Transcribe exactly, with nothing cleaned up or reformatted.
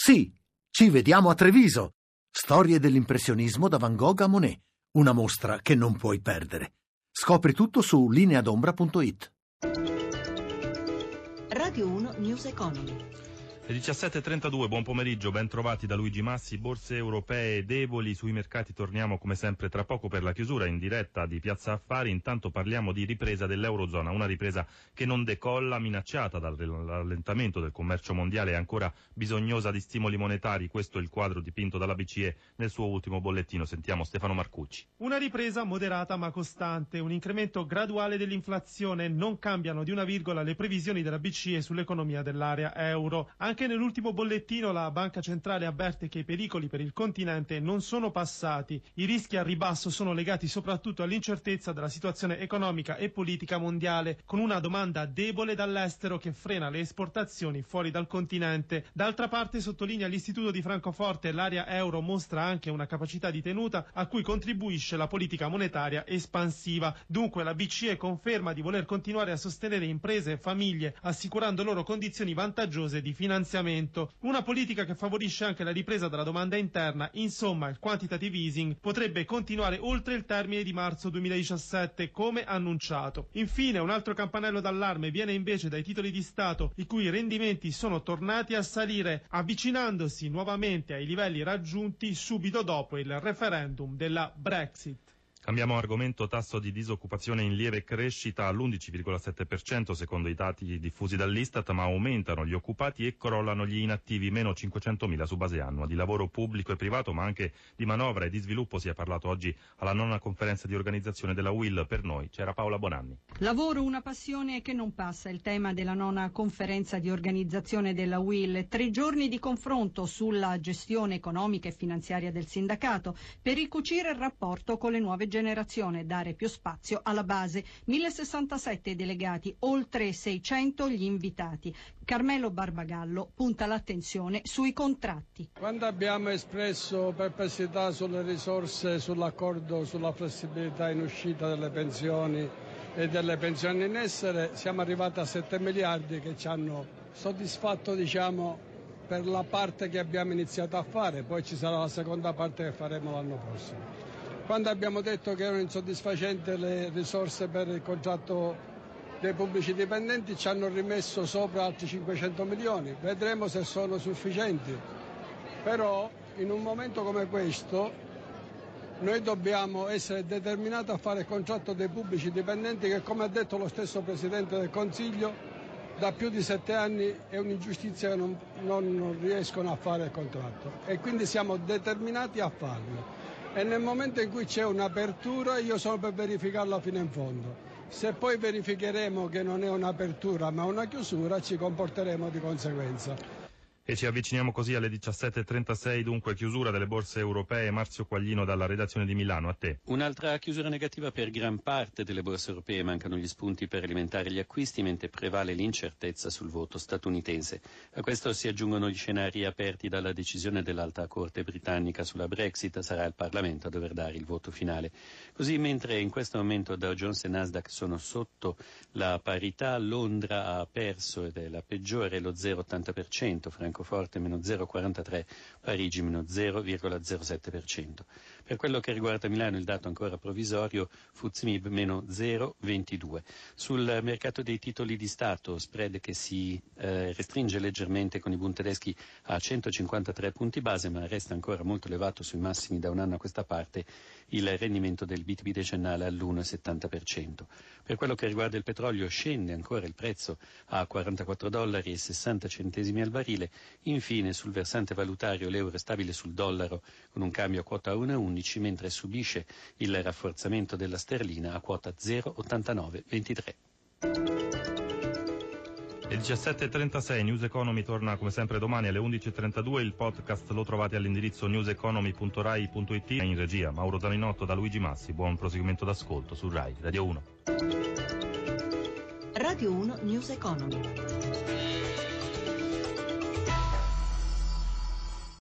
Sì, ci vediamo a Treviso. Storie dell'impressionismo da Van Gogh a Monet. Una mostra che non puoi perdere. Scopri tutto su lineadombra punto it. Radio uno News Economy. Le diciassette e trentadue, buon pomeriggio, ben trovati da Luigi Massi. Borse europee deboli, sui mercati torniamo come sempre tra poco per la chiusura in diretta di Piazza Affari. Intanto parliamo di ripresa dell'Eurozona, una ripresa che non decolla, minacciata dal rallentamento del commercio mondiale e ancora bisognosa di stimoli monetari. Questo è il quadro dipinto dalla B C E nel suo ultimo bollettino. Sentiamo Stefano Marcucci. Una ripresa moderata ma costante, un incremento graduale dell'inflazione, non cambiano di una virgola le previsioni della B C E sull'economia dell'area euro. Anche Anche nell'ultimo bollettino la Banca Centrale avverte che i pericoli per il continente non sono passati. I rischi al ribasso sono legati soprattutto all'incertezza della situazione economica e politica mondiale, con una domanda debole dall'estero che frena le esportazioni fuori dal continente. D'altra parte, sottolinea l'Istituto di Francoforte, l'area euro mostra anche una capacità di tenuta a cui contribuisce la politica monetaria espansiva. Dunque la B C E conferma di voler continuare a sostenere imprese e famiglie, assicurando loro condizioni vantaggiose di finanziamento. Una politica che favorisce anche la ripresa della domanda interna. Insomma, il quantitative easing potrebbe continuare oltre il termine di marzo duemiladiciassette, come annunciato. Infine, un altro campanello d'allarme viene invece dai titoli di Stato, i cui rendimenti sono tornati a salire, avvicinandosi nuovamente ai livelli raggiunti subito dopo il referendum della Brexit. Cambiamo argomento, tasso di disoccupazione in lieve crescita all'undici virgola sette per cento secondo i dati diffusi dall'Istat, ma aumentano gli occupati e crollano gli inattivi, meno cinquecentomila su base annua. Di lavoro pubblico e privato, ma anche di manovra e di sviluppo si è parlato oggi alla nona conferenza di organizzazione della U I L. Per noi c'era Paola Bonanni. Lavoro, una passione che non passa, il tema della nona conferenza di organizzazione della U I L. Tre giorni di confronto sulla gestione economica e finanziaria del sindacato per ricucire il rapporto con le nuove generazione, dare più spazio alla base. mille sessantasette delegati, oltre seicento gli invitati. Carmelo Barbagallo punta l'attenzione sui contratti. Quando abbiamo espresso perplessità sulle risorse, sull'accordo sulla flessibilità in uscita delle pensioni e delle pensioni in essere, siamo arrivati a sette miliardi che ci hanno soddisfatto, diciamo, per la parte che abbiamo iniziato a fare. Poi ci sarà la seconda parte che faremo l'anno prossimo. Quando abbiamo detto che erano insoddisfacenti le risorse per il contratto dei pubblici dipendenti, ci hanno rimesso sopra altri cinquecento milioni, vedremo se sono sufficienti. Però in un momento come questo noi dobbiamo essere determinati a fare il contratto dei pubblici dipendenti che, come ha detto lo stesso Presidente del Consiglio, da più di sette anni è un'ingiustizia che non, non, non riescono a fare il contratto, e quindi siamo determinati a farlo. E nel momento in cui c'è un'apertura io sono per verificarla fino in fondo. Se poi verificheremo che non è un'apertura ma una chiusura, ci comporteremo di conseguenza. E ci avviciniamo così alle diciassette e trentasei, dunque chiusura delle borse europee. Marzio Quaglino dalla redazione di Milano, a te. Un'altra chiusura negativa per gran parte delle borse europee, mancano gli spunti per alimentare gli acquisti mentre prevale l'incertezza sul voto statunitense. A questo si aggiungono gli scenari aperti dalla decisione dell'Alta Corte britannica sulla Brexit, sarà il Parlamento a dover dare il voto finale. Così, mentre in questo momento Dow Jones e Nasdaq sono sotto la parità, Londra ha perso ed è la peggiore, lo zero virgola ottanta per cento, Francoforte meno zero virgola quarantatré, Parigi meno zero virgola zero sette per cento. Per quello che riguarda Milano il dato ancora provvisorio, F T S E M I B meno zero virgola ventidue. Sul mercato dei titoli di Stato, spread che si eh, restringe leggermente con i Bund tedeschi a centocinquantatré punti base, ma resta ancora molto elevato sui massimi da un anno a questa parte il rendimento del B T P decennale all'uno virgola settanta per cento. Per quello che riguarda il petrolio, scende ancora il prezzo a quarantaquattro dollari e sessanta centesimi al barile. Infine, sul versante valutario, l'euro è stabile sul dollaro con un cambio a quota uno virgola undici, mentre subisce il rafforzamento della sterlina a quota zero virgola ottantanove ventitré. Le diciassette e trentasei, News Economy torna come sempre domani alle undici e trentadue. Il podcast lo trovate all'indirizzo newseconomy punto rai punto it. In regia Mauro Zaninotto da Luigi Massi. Buon proseguimento d'ascolto su Rai Radio uno. Radio uno News Economy.